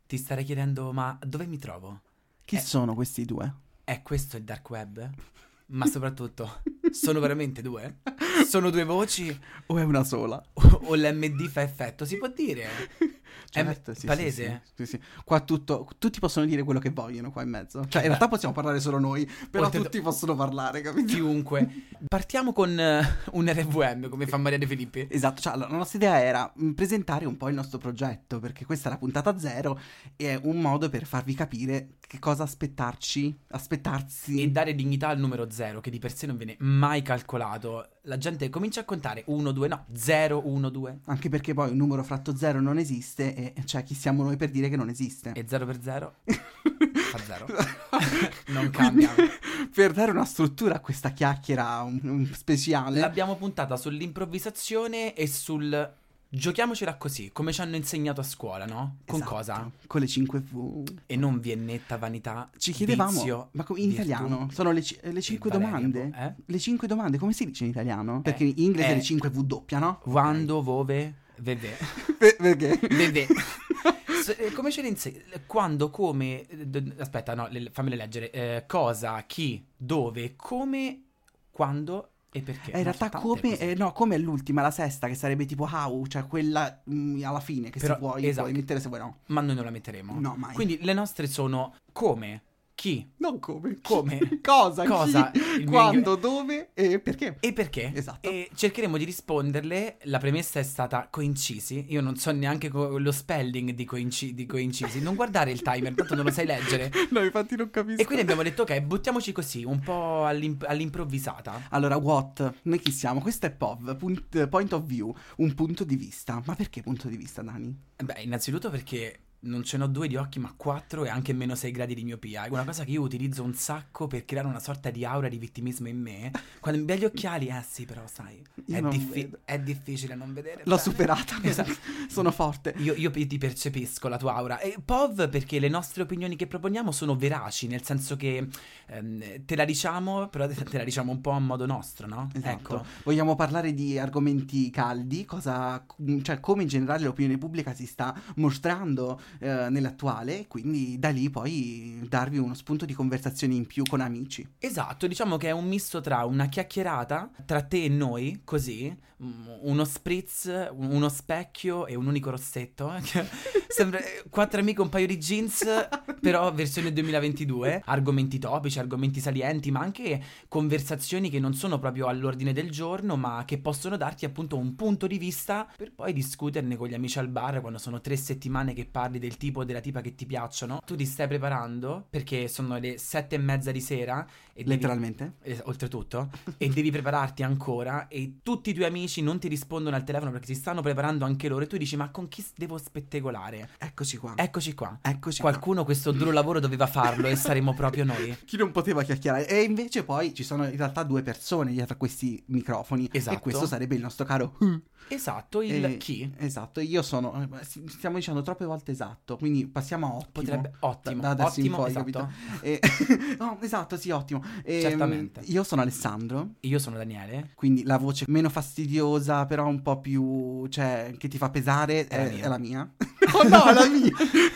Ti starei chiedendo, ma dove mi trovo? Chi sono questi due? È questo il dark web? Ma soprattutto, sono veramente due? Sono due voci O è una sola? o l'MD fa effetto? Si può dire? Certo, È sì, palese? sì. Qua tutti possono dire quello che vogliono qua in mezzo. Cioè, in realtà possiamo parlare solo noi, però Oltre- tutti possono parlare, capito? Chiunque. Partiamo con un RVM, come fa Maria De Filippi. Esatto, cioè allora, la nostra idea era presentare un po' il nostro progetto, perché questa è la puntata 0 e è un modo per farvi capire che cosa aspettarsi. E dare dignità al numero 0, che di per sé non viene mai calcolato. La gente comincia a contare 1, 2, no, 0, 1, 2. Anche perché poi un numero fratto 0 non esiste e cioè chi siamo noi per dire che non esiste? E 0 per 0 fa 0. Non cambia. Quindi, per dare una struttura a questa chiacchiera un speciale, L'abbiamo puntata sull'improvvisazione e sul giochiamocela così, come ci hanno insegnato a scuola, no? Con esatto, cosa? con le 5V. E non viennetta, vanità, Ci chiedevamo, vizio, ma in virtù. italiano sono le 5 Valeria, domande? eh? Le 5 domande, come si dice in italiano? Perché in inglese le 5V doppia, no? Quando, vove, veve. Perché? Veve. Come ce le insegni? Quando, come... aspetta, no, fammele leggere. Cosa, chi, dove, come, quando e perché. In No, realtà sono tante cose. come è l'ultima, la sesta, che sarebbe tipo how, cioè quella alla fine, che Però, se vuoi esatto. puoi mettere, se vuoi no. Ma noi non la metteremo. No, mai. Quindi le nostre sono come, chi, Non come. Come? Cosa, Cosa? chi, Il mio quando, dove e perché. e perché. Esatto. E cercheremo di risponderle. La premessa è stata coincisi. Io non so neanche lo spelling di coincisi. Non guardare il timer, tanto non lo sai leggere. No, infatti non capisco. E quindi abbiamo detto ok, buttiamoci così, un po' all'improvvisata. Allora, what? Noi chi siamo? Questo è POV, point of view, un punto di vista. Ma perché punto di vista, Dani? Beh, innanzitutto perché non ce n'ho 2 di occhi, ma 4 e anche meno 6 gradi di miopia. È una cosa che io utilizzo un sacco per creare una sorta di aura di vittimismo in me. Quando mi vedo gli occhiali, sì, però sai, Io non vedo. è difficile non vedere. L'ho bene. superata, Esatto. sono forte. Io ti percepisco la tua aura. E POV perché le nostre opinioni che proponiamo sono veraci, nel senso che te la diciamo, però te la diciamo un po' a modo nostro, no? Esatto. Ecco. Vogliamo parlare di argomenti caldi, cioè come in generale l'opinione pubblica si sta mostrando nell'attuale, quindi da lì poi darvi uno spunto di conversazione in più con amici. Esatto, diciamo che è un misto tra una chiacchierata tra te e noi, così, uno spritz, uno specchio e un unico rossetto. Sembra 4 amiche, un paio di jeans, però versione 2022. Argomenti topici, argomenti salienti, ma anche conversazioni che non sono proprio all'ordine del giorno, ma che possono darti appunto un punto di vista per poi discuterne con gli amici al bar quando sono 3 settimane che parli del tipo o della tipa che ti piacciono. Tu ti stai preparando perché sono le 7:30 di sera e Letteralmente? oltretutto, e devi prepararti ancora e tutti i tuoi amici non ti rispondono al telefono perché si stanno preparando anche loro e tu dici ma con chi devo spettegolare? Eccoci qua. Eccoci qua. Eccoci Qualcuno questo duro lavoro doveva farlo e saremo proprio noi. Chi non poteva chiacchierare. E invece poi ci sono in realtà 2 persone dietro a questi microfoni. Esatto. E questo sarebbe il nostro caro Esatto, chi? Esatto, io sono stiamo dicendo troppe volte esatto, quindi passiamo a ottimo. Potrebbe ottimo, da adesso in ottimo, poi, esatto. capito? No, esatto, sì, ottimo. Certamente. Io sono Alessandro, Io sono Daniele. quindi la voce meno fastidiosa, però un po' più, cioè, che ti fa pesare è la mia. Oh no, è la mia.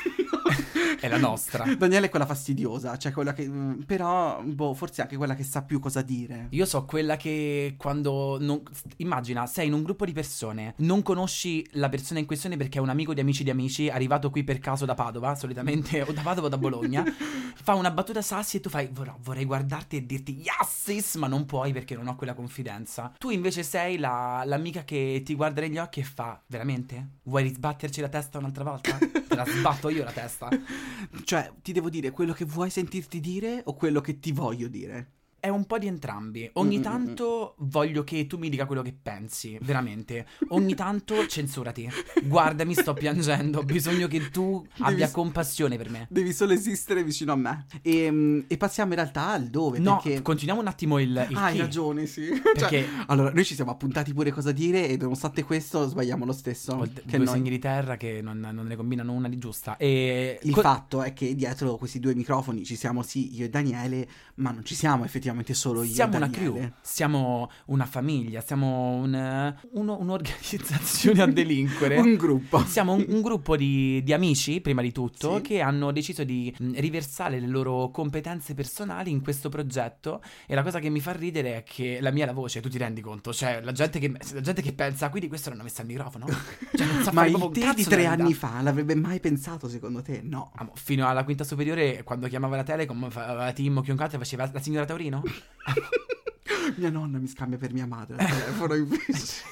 È la nostra. Daniele è quella fastidiosa, cioè quella che però forse anche quella che sa più cosa dire. Io so quella che quando immagina, sei in un gruppo di persone, non conosci la persona in questione perché è un amico di amici arrivato qui per caso da Padova, solitamente, o da Padova o da Bologna, fa una battuta sassi e tu fai vorrei guardarti e dirti yes sis, ma non puoi perché non ho quella confidenza. Tu invece sei l'amica che ti guarda negli occhi e fa veramente? Vuoi risbatterci la testa un'altra volta? Te la sbatto io la testa. Cioè, ti devo dire quello che vuoi sentirti dire o quello che ti voglio dire? È un po' di entrambi. Ogni tanto voglio che tu mi dica quello che pensi, veramente. Ogni tanto censurati. Guardami, sto piangendo. Ho bisogno che tu abbia compassione per me. Devi solo esistere vicino a me. E passiamo in realtà al dove. No, perché... continuiamo un attimo il hai chi. ragione, sì. Perché allora, noi ci siamo appuntati pure cosa dire e nonostante questo sbagliamo lo stesso. che due segni di terra che non ne combinano una di giusta. E il fatto è che dietro questi 2 microfoni ci siamo sì io e Daniele, ma non ci siamo effettivamente effettivamente solo io e Siamo una Daniele. crew, siamo una famiglia, siamo un'organizzazione a delinquere. Un gruppo. Siamo un gruppo di amici, prima di tutto, Sì. che hanno deciso di riversare le loro competenze personali in questo progetto. E la cosa che mi fa ridere è che la mia è la voce, tu ti rendi conto? Cioè, la gente che pensa, quindi questo l'hanno messo al microfono? Cioè, non sa Ma fare il proprio un te cazzo di 3 nella anni vita. fa l'avrebbe mai pensato secondo te? No. Fino alla quinta superiore, quando chiamava la Telecom, Tim o chiunque altro, faceva la signora Taurino? Mia nonna mi scambia per mia madre al telefono invece.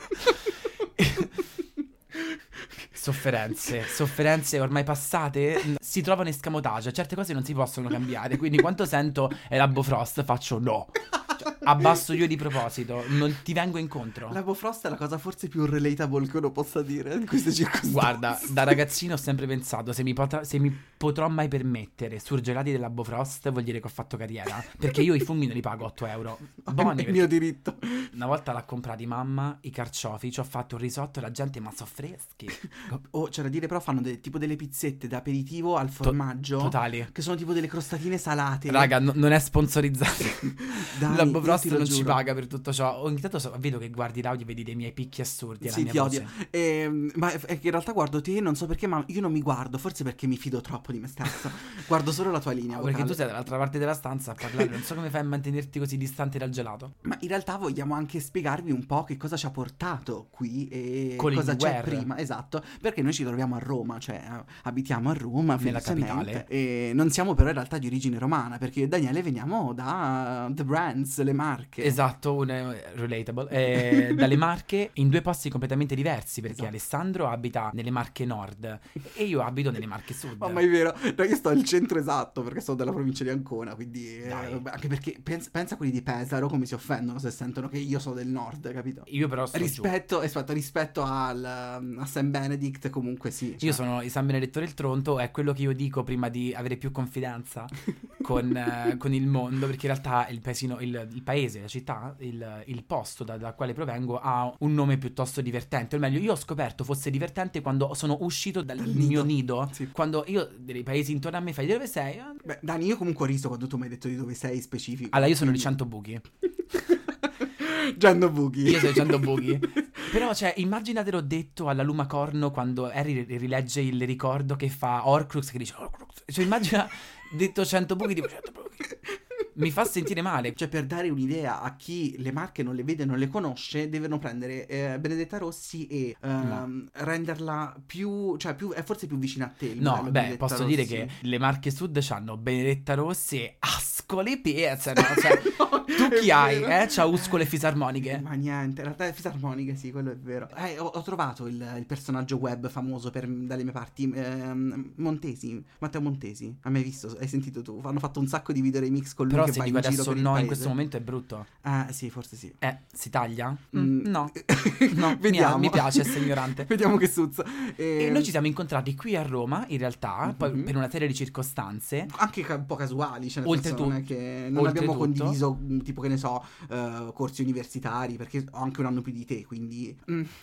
Sofferenze ormai passate si trovano escamotage, certe cose non si possono cambiare, quindi quando sento Elabo Frost faccio no, cioè, abbasso io di proposito, non ti vengo incontro. La Bofrost è la cosa forse più relatable che uno possa dire in queste circostanze. Guarda, da ragazzino ho sempre pensato, se mi potrò mai permettere surgelati della Bofrost vuol dire che ho fatto carriera, perché io i funghi non li pago 8 euro. Buoni, È il mio diritto. una volta l'ha comprati mamma, i carciofi, ci ho fatto un risotto e la gente, ma so freschi. Oh, c'è da dire però fanno tipo delle pizzette da aperitivo al formaggio. Totali. Che sono tipo delle crostatine salate. Raga, non è sponsorizzato. Dai, La io Bofrost ti lo non ci giuro. paga per tutto ciò. Ogni tanto vedo che guardi l'audio e vedi dei miei picchi assurdi. È Sì, la ti mia odio. voce. Ma è che in realtà guardo te, non so perché, ma io non mi guardo, forse perché mi fido troppo di me stesso. Guardo solo la tua linea Perché vocale. tu sei dall'altra parte della stanza a parlare. Non so come fai a mantenerti così distante dal gelato. Ma in realtà vogliamo anche spiegarvi un po' che cosa ci ha portato qui e Con il cosa c'è Guerra. prima, esatto, perché noi ci troviamo a Roma, cioè abitiamo a Roma, Nella felicemente, capitale. e non siamo però in realtà di origine romana, perché io e Daniele veniamo da The Brands, le Marche. Esatto, relatable. Dalle Marche in due posti completamente diversi. Perché Esatto. Alessandro abita nelle Marche Nord e io abito nelle Marche Sud. Oh, ma è vero, no, io sto al centro esatto perché sono della provincia di Ancona, quindi Dai. vabbè, anche perché pensa a quelli di Pesaro come si offendono se sentono che io sono del nord, capito? Io però sto giù. Rispetto a St. Benedict comunque sì. Io sono San Benedetto del Tronto, è quello che io dico prima di avere più confidenza con il mondo, perché in realtà il paesino, il paese, la città, il posto da quale provengo ha un nome piuttosto divertente, o meglio, io ho scoperto fosse divertente quando sono uscito dal Dal mio nido. nido, Sì. quando io dei paesi intorno a me fai di dove sei? Beh, Dani, io comunque ho riso quando tu mi hai detto di dove sei specifico. Allora io sono di quindi- 100 buchi. Gianno Buchi. Io sono di 100 buchi. Però, cioè, immaginatelo detto alla Lumacorno quando Harry rilegge il ricordo che fa Horcrux, che dice Horcrux. Cioè, immagina detto 100 buchi, tipo 100 buchi. Mi fa sentire male. Cioè, per dare un'idea a chi le Marche non le vede, non le conosce, devono prendere Benedetta Rossi e renderla più, cioè è forse più vicina a te. il No, modello beh, Benedetta posso Rossi. dire che le Marche Sud c'hanno Benedetta Rossi e Ascoli Piazza, no? Cioè, tu È chi hai? vero. C'ha Uscole fisarmoniche? Ma niente, in realtà è fisarmonica, sì, quello è vero. Ho trovato il personaggio web famoso dalle mie parti, Montesi, Matteo Montesi. Hai mai visto? Hai sentito tu? Hanno fatto un sacco di video remix con lui Però che se va dico in giro adesso per il no, in paese. questo momento è brutto. Sì, forse sì. Si taglia? Mm. No. No, Vediamo. mi piace essere ignorante. Vediamo che suzza. E noi ci siamo incontrati qui a Roma, in realtà, poi Mhm. per una serie di circostanze. Anche un po' casuali, cioè nel senso non è Oltretutto- che non abbiamo oltretutto- condiviso tipo che ne so corsi universitari perché ho anche un anno più di te, quindi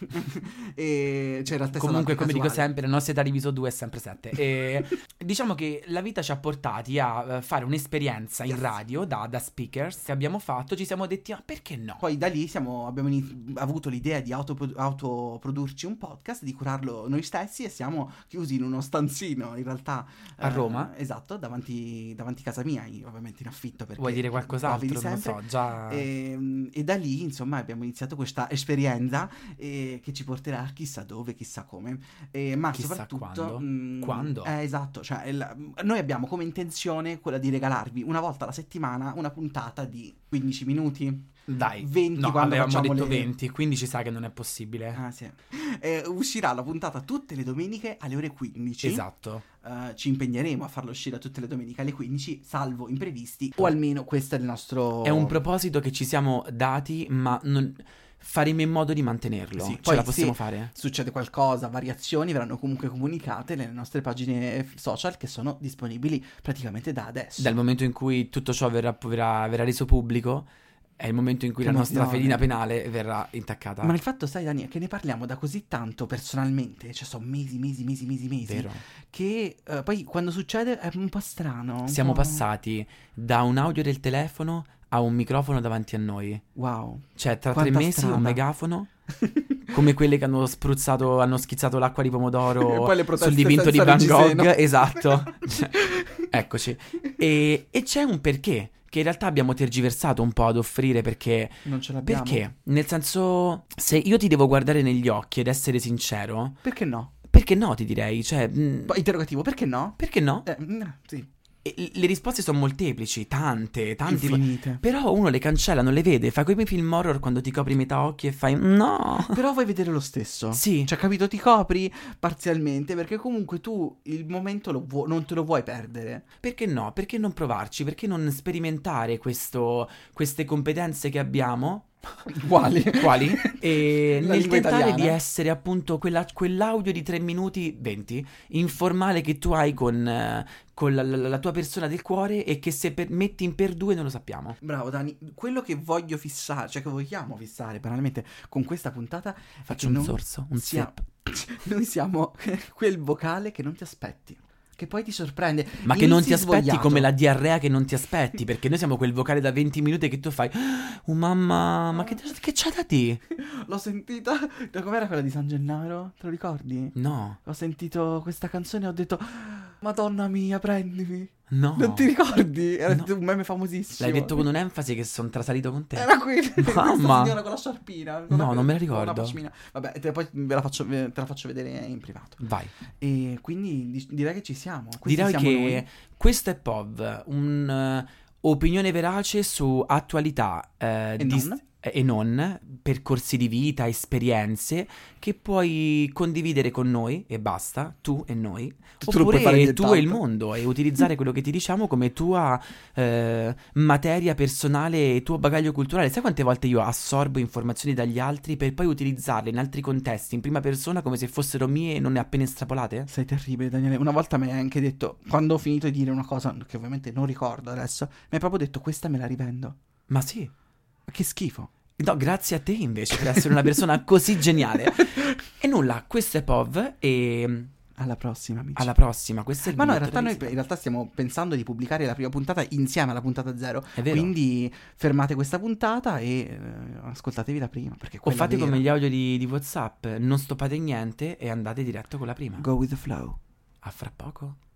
e cioè in realtà è stato Comunque, anche come dico casuale. sempre, la nostra età diviso 2 è sempre 7. E diciamo che la vita ci ha portati a fare un'esperienza in Yes. radio da speakers che abbiamo fatto. Ci siamo detti, ma perché no? Poi da lì abbiamo avuto l'idea di autoprodurci un podcast, di curarlo noi stessi e siamo chiusi in uno stanzino in realtà A Roma? esatto, davanti casa mia, io ovviamente in affitto perché Vuoi dire qua qualcos'altro? vedi Non lo sempre. so, già. E da lì, insomma, abbiamo iniziato questa esperienza che ci porterà chissà dove, chissà come. Ma Chissà soprattutto. quando. Quando? Esatto, cioè noi abbiamo come intenzione quella di regalarvi una volta alla settimana una puntata di 15 minuti. Dai, 20 no, quando avevamo facciamo detto le- 20, quindi ci sa che non è possibile. Ah, sì. Uscirà la puntata tutte le domeniche alle ore 15. Esatto. Ci impegneremo a farlo uscire tutte le domeniche alle 15, salvo imprevisti. O almeno questo è il nostro. È un proposito che ci siamo dati, ma faremo in modo di mantenerlo. Sì, Ce poi la possiamo se fare? succede qualcosa, variazioni verranno comunque comunicate nelle nostre pagine social che sono disponibili praticamente da adesso. Dal momento in cui tutto ciò verrà reso pubblico, è il momento in cui Che la nostra emozione. fedina penale verrà intaccata. Ma il fatto, sai Dani, è che ne parliamo da così tanto personalmente, cioè sono mesi, Vero. che poi quando succede è un po' strano. un Siamo po'. passati da un audio del telefono ha un microfono davanti a noi. Wow. Cioè, tra Quanta 3 mesi strada. un megafono, come quelle che hanno spruzzato, hanno schizzato l'acqua di E pomodoro poi le proteste sul dipinto di senza Van Gogh. reggiseno. Esatto. Cioè, eccoci. E c'è un perché, che in realtà abbiamo tergiversato un po' ad offrire, perché... Non ce l'abbiamo. Perché? Nel senso, se io ti devo guardare negli occhi ed essere sincero, Perché no? perché no, ti direi, cioè... Poi interrogativo, perché no? perché no? Sì. E le risposte sono molteplici, tante. Infinite. Però uno le cancella, non le vede. Fai quei film horror quando ti copri metà occhi e fai no. Però vuoi vedere lo stesso. Sì. Cioè, capito, ti copri parzialmente perché comunque tu il momento non te lo vuoi perdere. Perché no? Perché non provarci? Perché non sperimentare queste competenze che abbiamo? Quali? Quali? E La nel lingua tentare italiana. di essere appunto quell'audio di 3 minuti 20 informale che tu hai con la tua persona del cuore, e che se metti in per due non lo sappiamo. Bravo Dani, quello che voglio fissare, cioè che vogliamo fissare banalmente con questa puntata è Faccio che un noi sorso, un sip. noi siamo quel vocale che non ti aspetti, che poi ti sorprende. Ma che non ti Inizi aspetti svogliato. come la diarrea che non ti aspetti, perché noi siamo quel vocale da 20 minuti che tu fai oh mamma, ma che c'ha da te? L'ho sentita, com'era quella di San Gennaro? Te lo ricordi? No, Ho sentito questa canzone e ho detto Madonna mia, prendimi. no. Non ti ricordi? Era No. un meme famosissimo. L'hai detto con un'enfasi che sono trasalito con te. Era qui, questa Mamma. signora con la sciarpina. No, non me la con una ricordo. pashmina. Vabbè, poi te la faccio vedere in privato. Vai. E quindi direi che ci siamo. Questi Direi siamo che noi. questo è POV, opinione verace su attualità e non, percorsi di vita, esperienze che puoi condividere con noi e basta, tu e noi, Tu non puoi fare oppure tu e il nient'altro. mondo, e utilizzare quello che ti diciamo come tua materia personale e tuo bagaglio culturale. Sai quante volte io assorbo informazioni dagli altri per poi utilizzarle in altri contesti, in prima persona, come se fossero mie e non ne appena estrapolate? Sei terribile, Daniele. Una volta mi hai anche detto, quando ho finito di dire una cosa che ovviamente non ricordo adesso, mi hai proprio detto questa me la rivendo. Ma sì. Che schifo. No, grazie a te invece per essere una persona così geniale. E nulla, questo è POV e Alla prossima, amici. alla prossima. Questo è il Ma no, in biglietto realtà da noi visita. in realtà stiamo pensando di pubblicare la prima puntata insieme alla puntata 0. È vero. Quindi fermate questa puntata e ascoltatevi la prima. Perché O quella fate vera. come gli audio di WhatsApp, non stoppate niente e andate diretto con la prima. Go with the flow. A fra poco.